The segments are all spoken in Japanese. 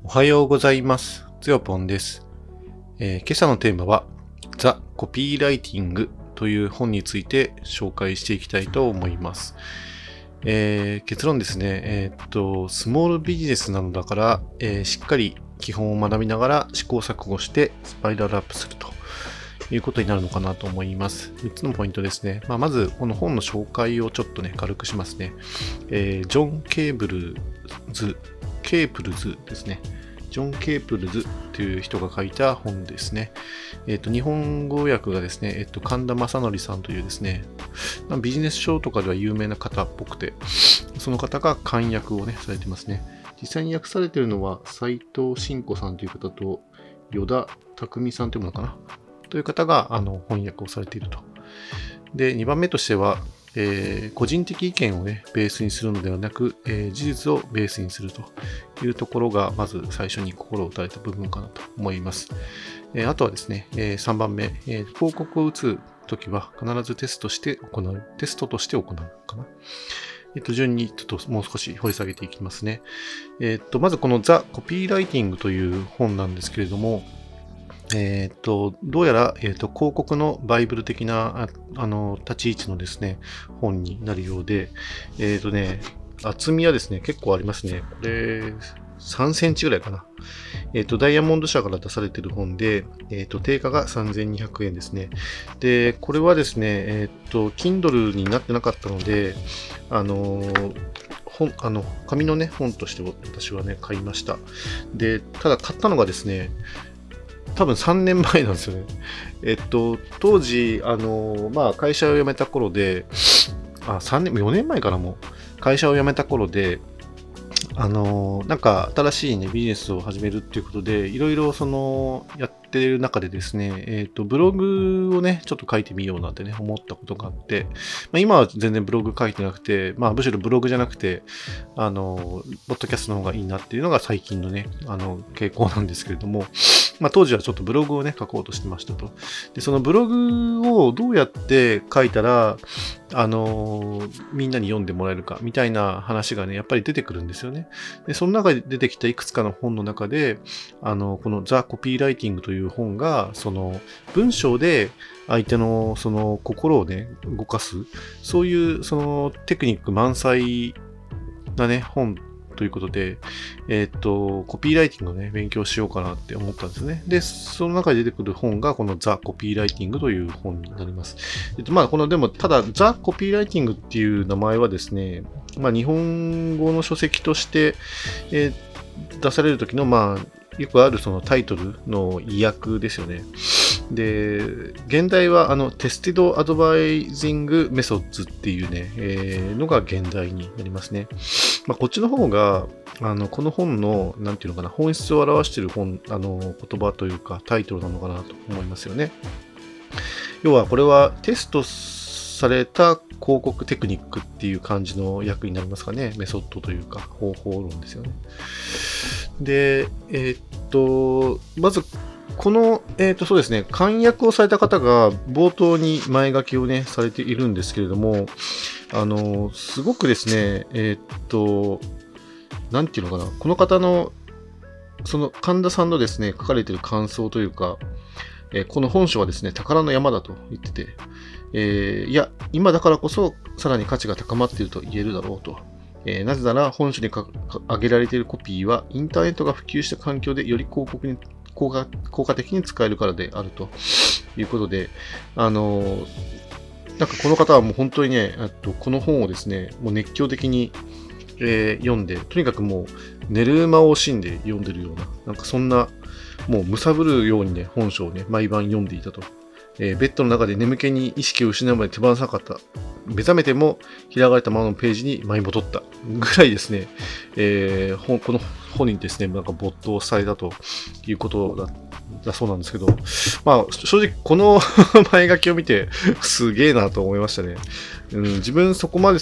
おはようございます。つよぽんです。今朝のテーマは、ザ・コピーライティングという本について紹介していきたいと思います。結論ですね、スモールビジネスなのだから、しっかり基本を学びながら試行錯誤してスパイラルアップするということになるのかなと思います。3つのポイントですね。まず、この本の紹介をちょっとね、軽くしますね。ジョン・ケープルズですね。ジョン・ケープルズという人が書いた本ですね。日本語訳がですね、神田正則さんというですね、ビジネス書とかでは有名な方っぽくて、その方が漢訳をね、されてますね。実際に訳されているのは、斉藤真子さんという方と、依田匠さんというのかなという方が翻訳をされていると。で、2番目としては、個人的意見をね、ベースにするのではなく、事実をベースにするというところが、まず最初に心を打たれた部分かなと思います。あとはですね、3番目、広告を打つときは必ずテストとして行うかな。順にちょっともう少し掘り下げていきますね。まずこのザ・コピーライティングという本なんですけれども、どうやら、広告のバイブル的な立ち位置のですね、本になるようで、厚みはですね、結構ありますね。これ、3センチぐらいかな。ダイヤモンド社から出されている本で、定価が3200円ですね。で、これはですね、Kindle になってなかったので、紙のね、本として私はね、買いました。で、ただ買ったのがですね、多分3年前なんですよね。当時、会社を辞めた頃で、4年前からも会社を辞めた頃で、なんか新しいね、ビジネスを始めるっていうことで、いろいろやってる中でですね、ブログをね、ちょっと書いてみようなんてね、思ったことがあって、今は全然ブログ書いてなくて、むしろブログじゃなくて、ポッドキャストの方がいいなっていうのが最近のね、傾向なんですけれども、当時はちょっとブログをね、書こうとしてましたと。で、そのブログをどうやって書いたら、みんなに読んでもらえるか、みたいな話がね、やっぱり出てくるんですよね。で、その中で出てきたいくつかの本の中で、このザ・コピーライティングという本が、文章で相手の心をね、動かす、そういうテクニック満載なね、本ということで、コピーライティングをね、勉強しようかなって思ったんですね。で、その中で出てくる本が、このザ・コピーライティングという本になります。でも、ただ、ザ・コピーライティングっていう名前はですね、日本語の書籍として、出される時の、よくあるそのタイトルの意訳ですよね。で、現代はテスティドアドバイジングメソッツっていうね、のが現代になりますね。こっちの方が、この本の、なんていうのかな、本質を表している言葉というか、タイトルなのかなと思いますよね。要は、これはテストされた広告テクニックっていう感じの訳になりますかね。メソッドというか、方法論ですよね。で、まず、この、そうですね、漢訳をされた方が冒頭に前書きをね、されているんですけれども、すごくですね、なんていうのかな、この方の、神田さんのですね、書かれている感想というか、この本書はですね、宝の山だと言ってて、いや、今だからこそさらに価値が高まっていると言えるだろうと。なぜなら、本書に挙げられているコピーは、インターネットが普及した環境でより広告に効果的に使えるからであるということで、なんかこの方はもう本当にね、この本をですね、もう熱狂的に、読んで、とにかくもう寝る間を惜しんで読んでるような、なんかそんな、もう貪るようにね、本書をね、毎晩読んでいたと。ベッドの中で眠気に意識を失うまで手放さなかった。目覚めても開かれたままのページに舞い戻ったぐらいですね、この本にですね、なんか没頭されたということだそうなんですけど、正直この前書きを見てすげえなと思いましたね。自分そこまで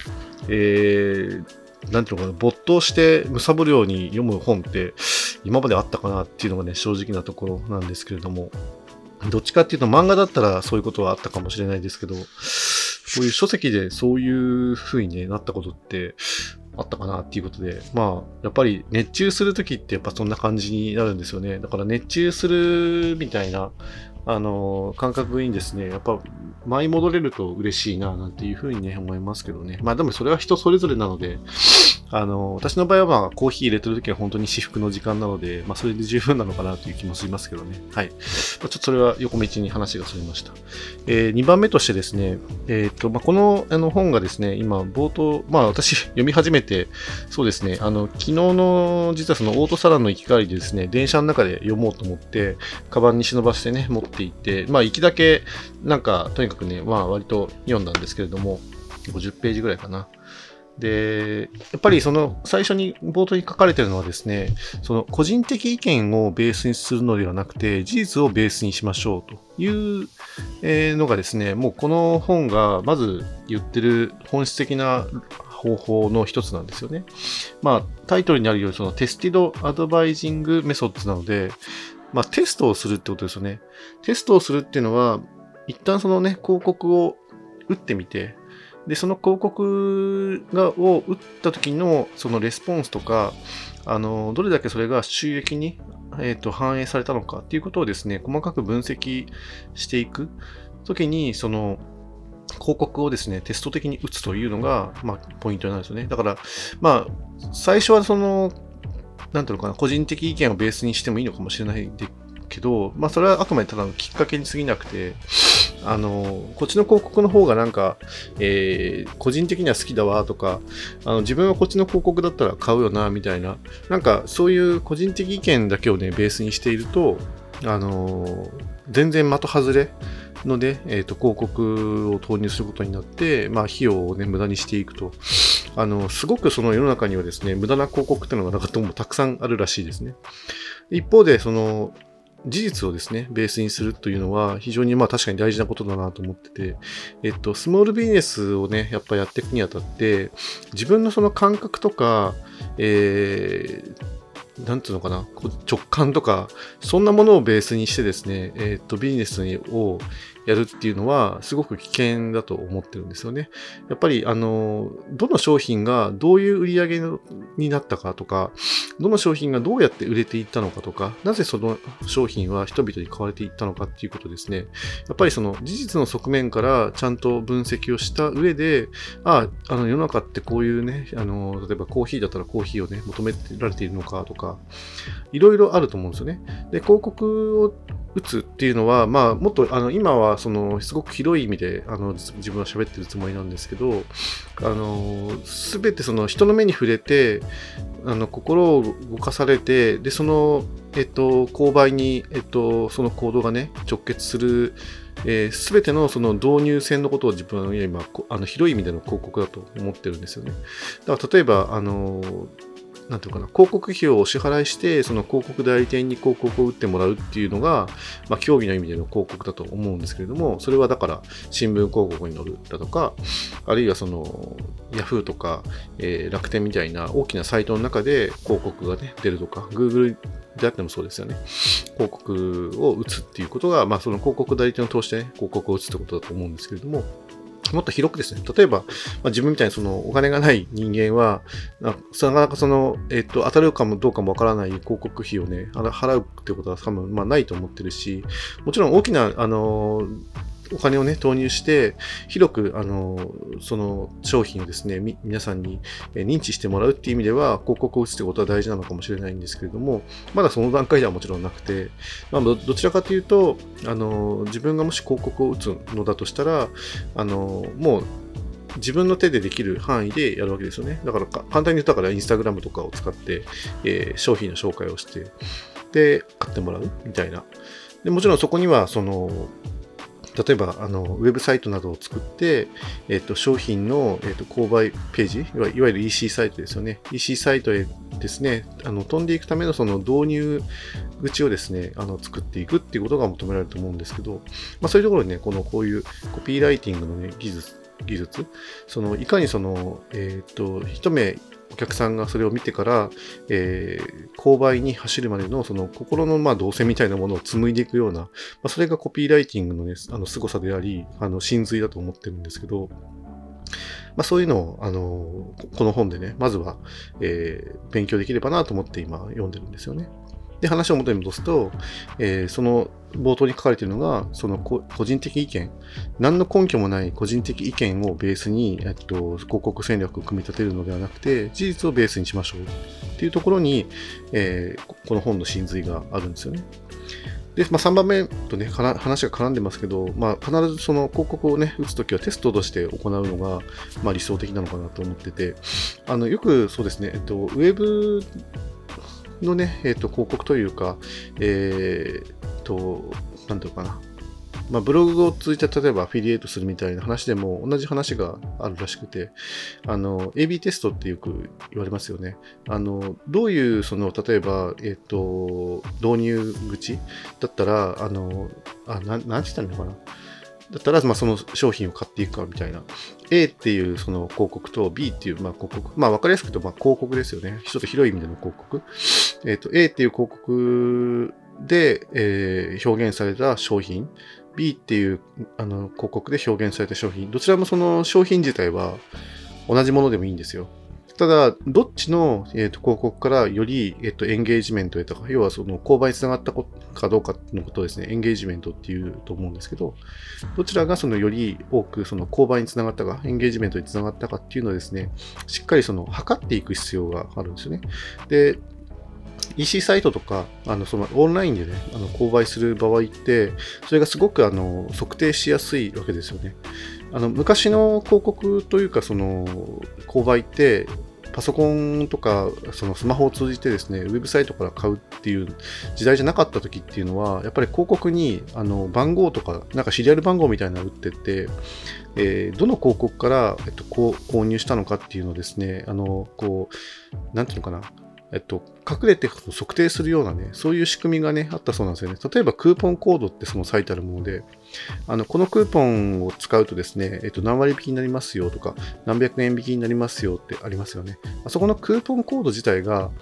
なんていうのかな、没頭して貪るように読む本って今まであったかなっていうのがね、正直なところなんですけれども、どっちかっていうと漫画だったらそういうことはあったかもしれないですけど、こういう書籍でそういう風に、ね、なったことって、 あったかなっていうことで、まあ、やっぱり熱中するときってやっぱそんな感じになるんですよね。だから熱中するみたいな、感覚にですね、やっぱ舞い戻れると嬉しいな、なんていうふうにね、思いますけどね。まあでもそれは人それぞれなので、私の場合はまあコーヒー入れてるときは本当に至福の時間なので、まあそれで十分なのかなという気もしますけどね。はい。まあ、ちょっとそれは横道に話がそれました。2番目としてですね、まあ、この本がですね、今冒頭、まあ私読み始めて、そうですね、昨日の実はそのオートサロンの行き帰りでですね、電車の中で読もうと思って、カバンに忍ばしてね、持って行って、まあ行きだけ、なんかとにかくね、まあ割と読んだんですけれども、50ページぐらいかな。で、やっぱりその最初に冒頭に書かれているのはですね、その個人的意見をベースにするのではなくて、事実をベースにしましょうというのがですね、もうこの本がまず言ってる本質的な方法の一つなんですよね。まあタイトルにあるようにそのテスティドアドバイジングメソッドなので、まあテストをするってことですよね。テストをするっていうのは、一旦そのね、広告を打ってみて、で、その広告を打った時のそのレスポンスとか、どれだけそれが収益に、反映されたのかっていうことをですね、細かく分析していく時に、その広告をですね、テスト的に打つというのが、まあ、ポイントになるんですよね。だから、まあ、最初はその、なんていうのかな、個人的意見をベースにしてもいいのかもしれないけど、まあ、それはあくまでただのきっかけに過ぎなくて、こっちの広告の方がなんか、個人的には好きだわとか、自分はこっちの広告だったら買うよな、みたいな、なんかそういう個人的意見だけをね、ベースにしていると、全然的外れので、広告を投入することになって、まあ、費用をね、無駄にしていくと。すごくその世の中にはですね、無駄な広告っていうのがなかったもたくさんあるらしいですね。一方で、その、事実をですね、ベースにするというのは非常にまあ確かに大事なことだなと思ってて、スモールビジネスをね、やっぱやっていくにあたって、自分のその感覚とか、なんていうのかな、直感とか、そんなものをベースにしてですね、ビジネスをやるっていうのは、すごく危険だと思ってるんですよね。やっぱり、どの商品がどういう売り上げになったかとか、どの商品がどうやって売れていったのかとか、なぜその商品は人々に買われていったのかっていうことですね。やっぱりその事実の側面からちゃんと分析をした上で、世の中ってこういうね、例えばコーヒーだったらコーヒーをね、求められているのかとか、いろいろあると思うんですよね。で、広告を打つっていうのは、まあ、もっと、今は、すごく広い意味で、自分は喋ってるつもりなんですけど、すべてその人の目に触れて、心を動かされて、で、その、購買に、その行動がね、直結する、すべてのその導入線のことを自分は今、広い意味での広告だと思ってるんですよね。だから、例えば、なんていうかな、広告費をお支払いして、その広告代理店に広告を打ってもらうっていうのが、まあ、競技の意味での広告だと思うんですけれども、それはだから、新聞広告に載るだとか、あるいはその、Yahoo とか、楽天みたいな大きなサイトの中で広告がね、出るとか、Google であってもそうですよね。広告を打つっていうことが、まあ、その広告代理店を通してね、広告を打つってことだと思うんですけれども、もっと広くですね、例えば、自分みたいにそのお金がない人間は、なかなかその、当たるかもどうかもわからない広告費をね、払うってことは多分、まあないと思ってるし、もちろん大きな、お金をね、投入して、広く、その商品をですね、皆さんに認知してもらうっていう意味では、広告を打つってことは大事なのかもしれないんですけれども、まだその段階ではもちろんなくて、まあ、どちらかというと、自分がもし広告を打つのだとしたら、もう、自分の手でできる範囲でやるわけですよね。だから簡単に言ったからインスタグラムとかを使って、商品の紹介をして、で、買ってもらうみたいな。でもちろんそこには、例えばウェブサイトなどを作って、商品の、購買ページ、いわゆる EC サイトですよね。EC サイトへですね、飛んでいくためのその導入口をですね、作っていくっていうことが求められると思うんですけど、まあ、そういうところにね、こういうコピーライティングのね、技術、いかに一目お客さんがそれを見てから、購買に走るまでのその心のまあ動線みたいなものを紡いでいくような、まあ、それがコピーライティングのね、凄さであり、真髄だと思ってるんですけど、 そういうのを、この本でね、まずは、勉強できればなと思って今読んでるんですよね。で、話を元に戻すと、その冒頭に書かれているのが、その個人的意見、何の根拠もない個人的意見をベースに、広告戦略を組み立てるのではなくて、事実をベースにしましょうっていうところに、この本の真髄があるんですよね。で、3番目とね、話が絡んでますけど、必ずその広告をね、打つときはテストとして行うのが、理想的なのかなと思ってて、よくそうですね、ウェブのね、広告というか、なんていうのかな。ブログを通じて例えばアフィリエイトするみたいな話でも同じ話があるらしくて、AB テストってよく言われますよね。どういう、例えば、導入口だったら、なんて言ったらいいのかな。だったら、その商品を買っていくかみたいな。A っていうその広告と B っていう広告。わかりやすく言うと広告ですよね。ちょっと広い意味での広告。A っていう広告で、表現された商品。B っていう広告で表現された商品。どちらもその商品自体は同じものでもいいんですよ。ただ、どっちの、広告からより、エンゲージメントを得たか、要はその購買につながったかどうかのことをですね、エンゲージメントっていうと思うんですけど、どちらがそのより多くその購買につながったか、エンゲージメントにつながったかっていうのをですね、しっかりその測っていく必要があるんですよね。で、EC サイトとか、そのオンラインでね、購買する場合って、それがすごく測定しやすいわけですよね。昔の広告というか、その購買って、パソコンとかそのスマホを通じてですね、ウェブサイトから買うっていう時代じゃなかった時っていうのは、やっぱり広告に番号とか、なんかシリアル番号みたいなのを打ってって、どの広告から、購入したのかっていうのをですね、なんていうのかな、隠れて測定するようなね、そういう仕組みがね、あったそうなんですよね。例えばクーポンコードってその最たるもので、このクーポンを使うとですね、何割引きになりますよとか、何百円引きになりますよってありますよね。そこのクーポンコード自体が、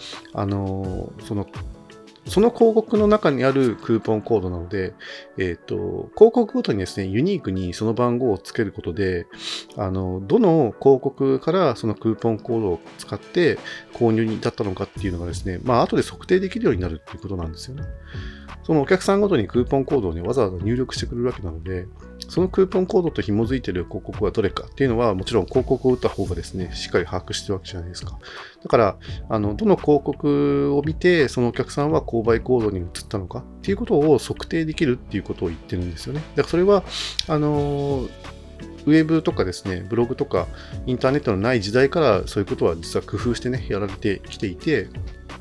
その広告の中にあるクーポンコードなので、広告ごとにですね、ユニークにその番号をつけることで、どの広告からそのクーポンコードを使って購入に至ったのかっていうのがですね、後で測定できるようになるっていうことなんですよね。そのお客さんごとにクーポンコードをね、わざわざ入力してくれるわけなので、そのクーポンコードと紐づいている広告はどれかっていうのは、もちろん広告を打った方がですね、しっかり把握してるわけじゃないですか。だから、どの広告を見て、そのお客さんは購買行動に移ったのかっていうことを測定できるっていうことを言ってるんですよね。だからそれは、ウェブとかですね、ブログとかインターネットのない時代からそういうことは実は工夫してね、やられてきていて、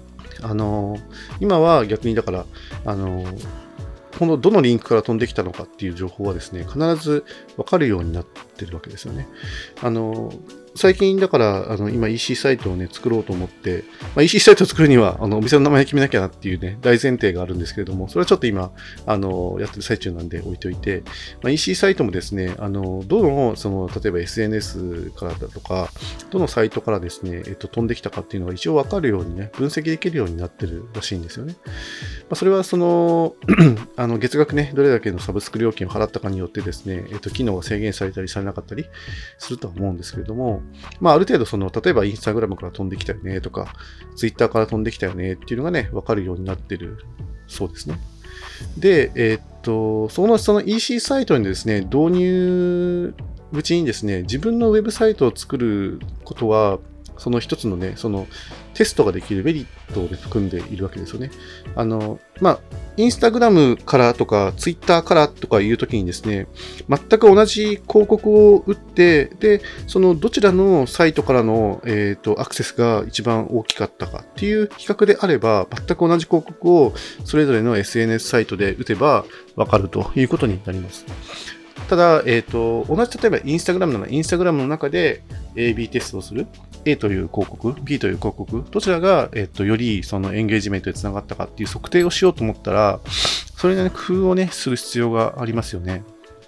今は逆にだから、このどのリンクから飛んできたのかっていう情報はですね、必ず分かるようになってるわけですよね。最近だから、今 EC サイトをね、作ろうと思って、EC サイトを作るには、お店の名前決めなきゃなっていうね、大前提があるんですけれども、それはちょっと今、やってる最中なんで置いておいて、EC サイトもですね、どの、例えば SNS からだとか、どのサイトからですね、飛んできたかっていうのが一応わかるようにね、分析できるようになってるらしいんですよね。それは月額ね、どれだけのサブスク料金を払ったかによってですね、機能が制限されたりされなかったりするとは思うんですけれども、ある程度例えばインスタグラムから飛んできたよねとか、ツイッターから飛んできたよねっていうのがね、わかるようになってるそうですね。で、その EC サイトにですね、導入口にですね、自分のウェブサイトを作ることは、その一つのね、テストができるメリットを含んでいるわけですよね。インスタグラムからとか、ツイッターからとかいうときにですね、全く同じ広告を打って、で、どちらのサイトからの、アクセスが一番大きかったかっていう比較であれば、全く同じ広告をそれぞれの SNS サイトで打てばわかるということになります。ただ、同じ例えばインスタグラムならインスタグラムの中で AB テストをする。A という広告、B という広告、どちらが、よりそのエンゲージメントにつながったかっていう測定をしようと思ったら、それなりに工夫をね、する必要がありますよね。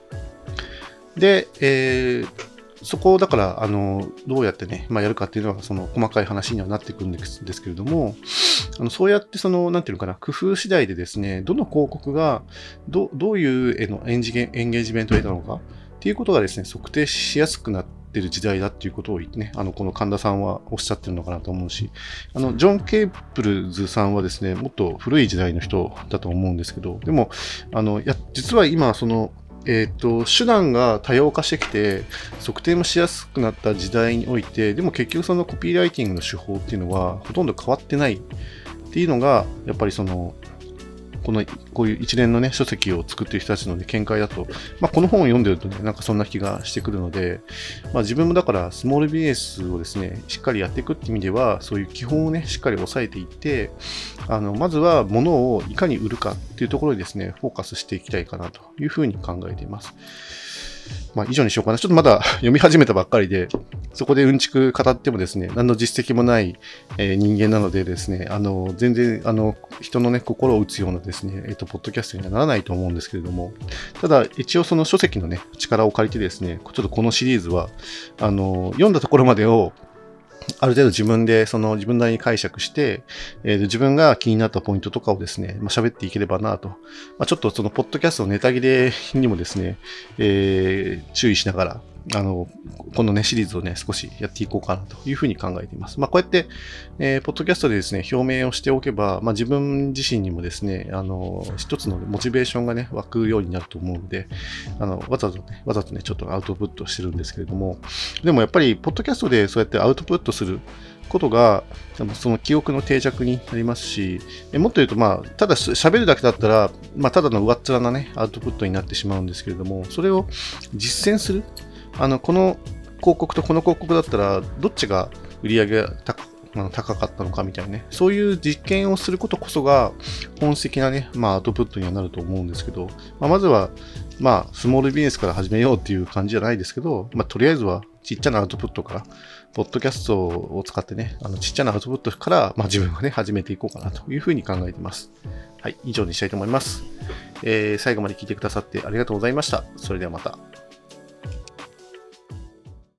で、そこをだから、どうやってね、やるかっていうのは、細かい話にはなってくるんですけれども、そうやってなんていうのかな、工夫次第でですね、どの広告がどういうエンゲージメントを得たのかっていうことがですね、測定しやすくなっってる時代だっていうことをね、この神田さんはおっしゃってるのかなと思うし、ジョン・ケープルズさんはですね、もっと古い時代の人だと思うんですけど、でも、実は今、手段が多様化してきて、測定もしやすくなった時代において、でも結局そのコピーライティングの手法っていうのはほとんど変わってないっていうのが、やっぱりこういう一連のね、書籍を作っている人たちの、ね、見解だと、この本を読んでるとね、なんかそんな気がしてくるので、自分もだからスモールビジネスをですね、しっかりやっていくっていう意味では、そういう基本をね、しっかり押さえていって、まずは物をいかに売るかっていうところにですね、フォーカスしていきたいかなというふうに考えています。以上にしようかな。ちょっとまだ読み始めたばっかりで、そこでうんちく語ってもですね、何の実績もない、人間なのでですね、全然、人のね、心を打つようなですね、ポッドキャストにはならないと思うんですけれども、ただ、一応その書籍のね、力を借りてですね、ちょっとこのシリーズは、読んだところまでを、ある程度自分なりに解釈して、自分が気になったポイントとかをですね、喋っていければなと。ちょっとそのポッドキャストのネタ切れにもですね、注意しながら、このね、シリーズをね、少しやっていこうかなというふうに考えています。こうやって、ポッドキャストでですね、表明をしておけば、自分自身にもですね、一つのモチベーションがね、湧くようになると思うので、わざとね、ちょっとアウトプットしてるんですけれども、でもやっぱり、ポッドキャストでそうやってアウトプットすることが、その記憶の定着になりますし、もっと言うと、ただ喋るだけだったら、ただの上っ面なね、アウトプットになってしまうんですけれども、それを実践する。この広告とこの広告だったら、どっちが売り上げが高かったのかみたいなね、そういう実験をすることこそが本質的なね、アウトプットにはなると思うんですけど、まずは、スモールビジネスから始めようっていう感じじゃないですけど、とりあえずはちっちゃなアウトプットから、ポッドキャストを使ってね、ちっちゃなアウトプットから、自分がね、始めていこうかなというふうに考えています。はい、以上にしたいと思います。最後まで聞いてくださってありがとうございました。それではまた。